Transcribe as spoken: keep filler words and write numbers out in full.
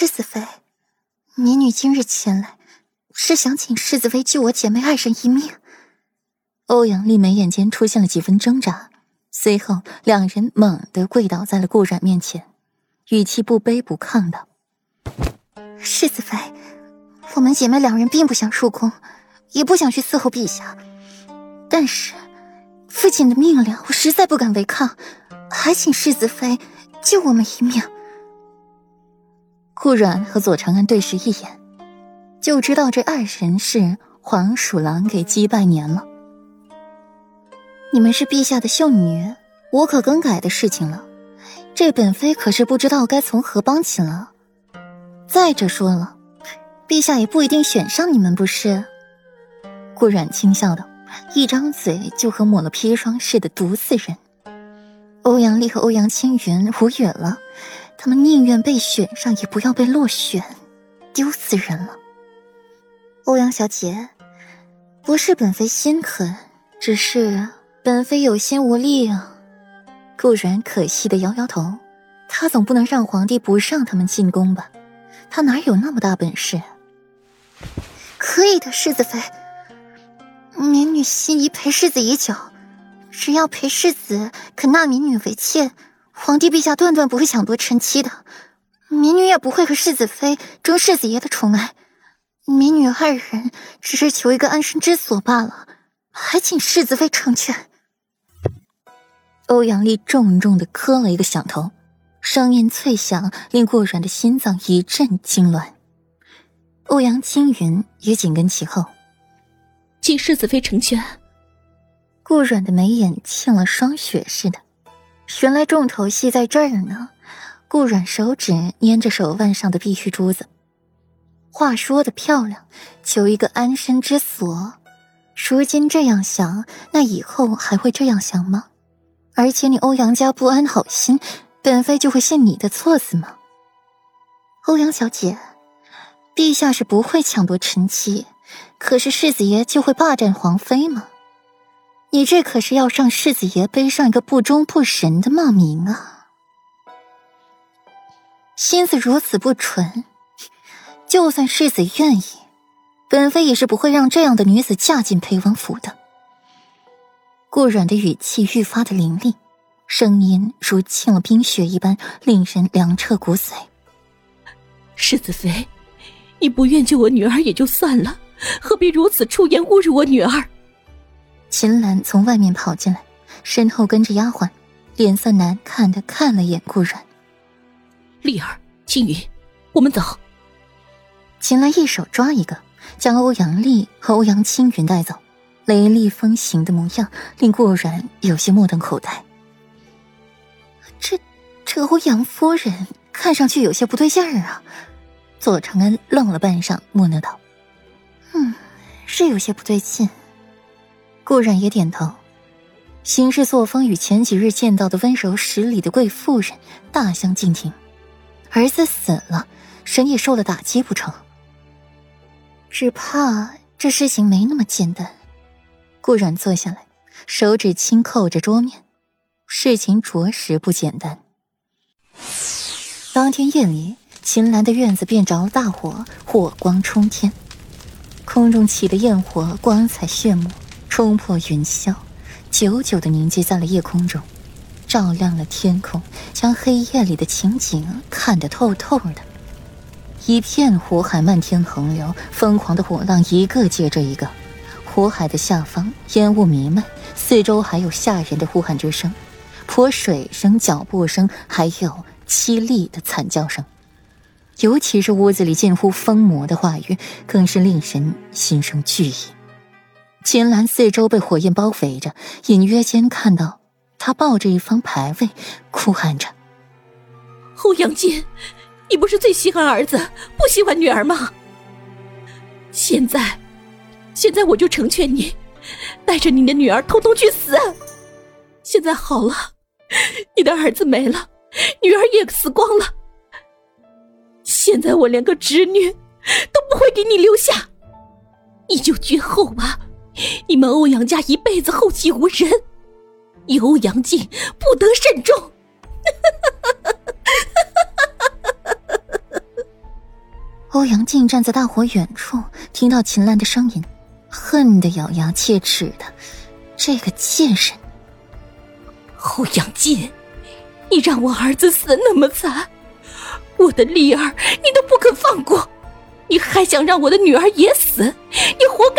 世子妃，民女今日前来，是想请世子妃救我姐妹爱人一命。欧阳丽眉眼间出现了几分挣扎，随后两人猛地跪倒在了顾阮面前，语气不卑不亢道：世子妃，我们姐妹两人并不想入宫，也不想去伺候陛下，但是父亲的命令我实在不敢违抗，还请世子妃救我们一命。顾阮和左长安对视一眼，就知道这二人是黄鼠狼给鸡拜年了。你们是陛下的秀女，无可更改的事情了，这本妃可是不知道该从何帮起了。再者说了，陛下也不一定选上你们，不是？顾阮轻笑道，一张嘴就和抹了砒霜似的毒死人。欧阳丽和欧阳青云无语了，他们宁愿被选上，也不要被落选，丢死人了。欧阳小姐，不是本妃心狠，只是本妃有心无力啊。顾然可惜地摇摇头，他总不能让皇帝不让他们进宫吧？他哪有那么大本事？可以的，世子妃，民女心仪陪世子已久，只要陪世子肯纳民女为妾，皇帝陛下断断不会抢夺臣妻的，民女也不会和世子妃争世子爷的宠爱。民女二人只是求一个安身之所罢了，还请世子妃成全。欧阳丽重重地磕了一个响头，声音脆响，令顾阮的心脏一阵痉挛。欧阳青云也紧跟其后， 请世子妃成全。 顾阮的眉眼沁了霜雪似的，原来重头戏在这儿呢。顾阮手指捏着手腕上的碧玉珠子，话说的漂亮，求一个安身之所。如今这样想，那以后还会这样想吗？而且你欧阳家不安好心，本妃就会信你的措辞吗？欧阳小姐，陛下是不会抢夺臣妻，可是世子爷就会霸占皇妃吗？你这可是要让世子爷背上一个不忠不仁的骂名啊！心思如此不纯，就算世子愿意，本妃也是不会让这样的女子嫁进裴王府的。顾阮的语气愈发的凌厉，声音如沁了冰雪一般，令人凉彻骨髓。 世子妃，你不愿救我女儿也就算了，何必如此出言侮辱我女儿？ 秦岚从外面跑进来，身后跟着丫鬟，脸色难看的看了眼顾阮。 丽儿，青云，我们走。 秦岚一手抓一个，将欧阳丽和欧阳青云带走，雷厉风行的模样令顾阮有些目瞪口呆。这这欧阳夫人看上去有些不对劲儿啊。左长安愣了半晌，木讷道：嗯，是有些不对劲。顾阮也点头，行事作风与前几日见到的温柔十里的贵妇人大相径庭。儿子死了，神也受了打击不成？只怕这事情没那么简单。顾阮坐下来，手指轻扣着桌面，事情着实不简单。当天夜里，秦岚的院子便着了大火，火光冲天，空中起的焰火光彩炫目，冲破云霄，久久地凝结在了夜空中，照亮了天空，将黑夜里的情景看得透透的。一片火海漫天横流，疯狂的火浪一个接着一个，火海的下方烟雾弥漫，四周还有吓人的呼喊之声，泼水声、脚步声，还有凄厉的惨叫声。尤其是屋子里近乎疯魔的话语，更是令人心生惧意。秦岚四周被火焰包围着，隐约间看到他抱着一方牌位，哭喊着： 欧阳坚，你不是最稀罕儿子，不喜欢女儿吗？现在现在我就成全你，带着你的女儿通通去死。现在好了，你的儿子没了，女儿也死光了，现在我连个侄女都不会给你留下，你就绝后吧，你们欧阳家一辈子后继无人，你欧阳靖不得慎重。 欧阳靖站在大火远处，听到秦岚的声音，恨得咬牙切齿的，这个贱人。 欧阳靖，你让我儿子死得那么惨，我的丽儿你都不肯放过，你还想让我的女儿也死，你活